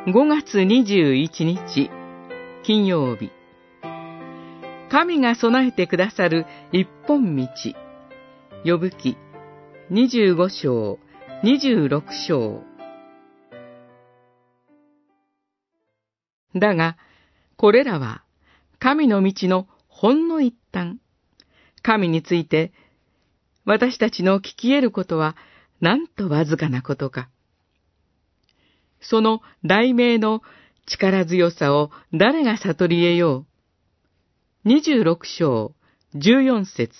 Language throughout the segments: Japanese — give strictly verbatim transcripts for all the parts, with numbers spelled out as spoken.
ごがつにじゅういちにち金曜日、神が備えてくださる一本道。呼ぶ記にじゅうごしょう、にじゅうろくしょう。だが、これらは神の道のほんの一端。神について私たちの聞き得ることはなんとわずかなことか。その雷鳴の力強さを誰が悟り得よう。にじゅうろくしょう、じゅうよんせつ。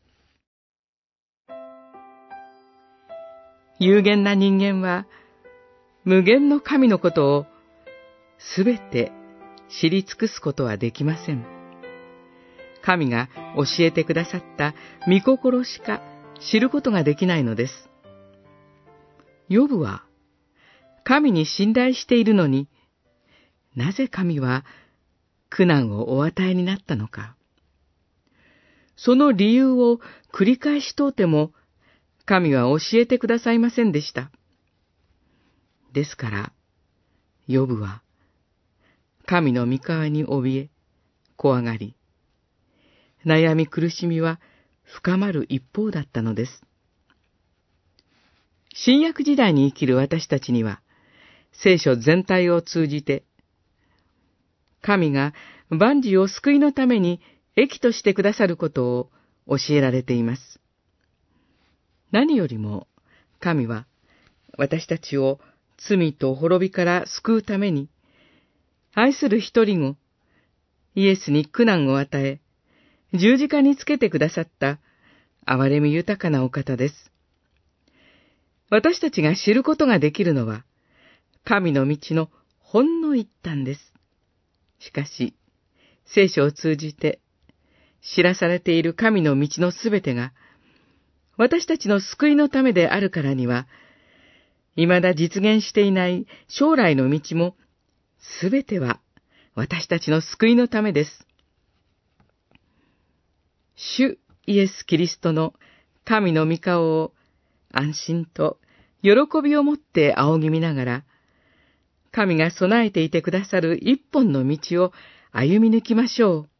有限な人間は無限の神のことをすべて知り尽くすことはできません。神が教えてくださった御心しか知ることができないのです。ヨブは神に信頼しているのに、なぜ神は苦難をお与えになったのか。その理由を繰り返し問うても、神は教えてくださいませんでした。ですから、ヨブは神の御顔に怯え、怖がり、悩み苦しみは深まる一方だったのです。新約時代に生きる私たちには、聖書全体を通じて、神が万事を救いのために益としてくださることを教えられています。何よりも神は私たちを罪と滅びから救うために、愛する一人子、イエスに苦難を与え、十字架につけてくださった憐れみ豊かなお方です。私たちが知ることができるのは、神の道のほんの一端です。しかし、聖書を通じて知らされている神の道のすべてが、私たちの救いのためであるからには、未だ実現していない将来の道も、すべては私たちの救いのためです。主イエス・キリストの神の御顔を安心と喜びをもって仰ぎ見ながら、神が備えていてくださる一本の道を歩み抜きましょう。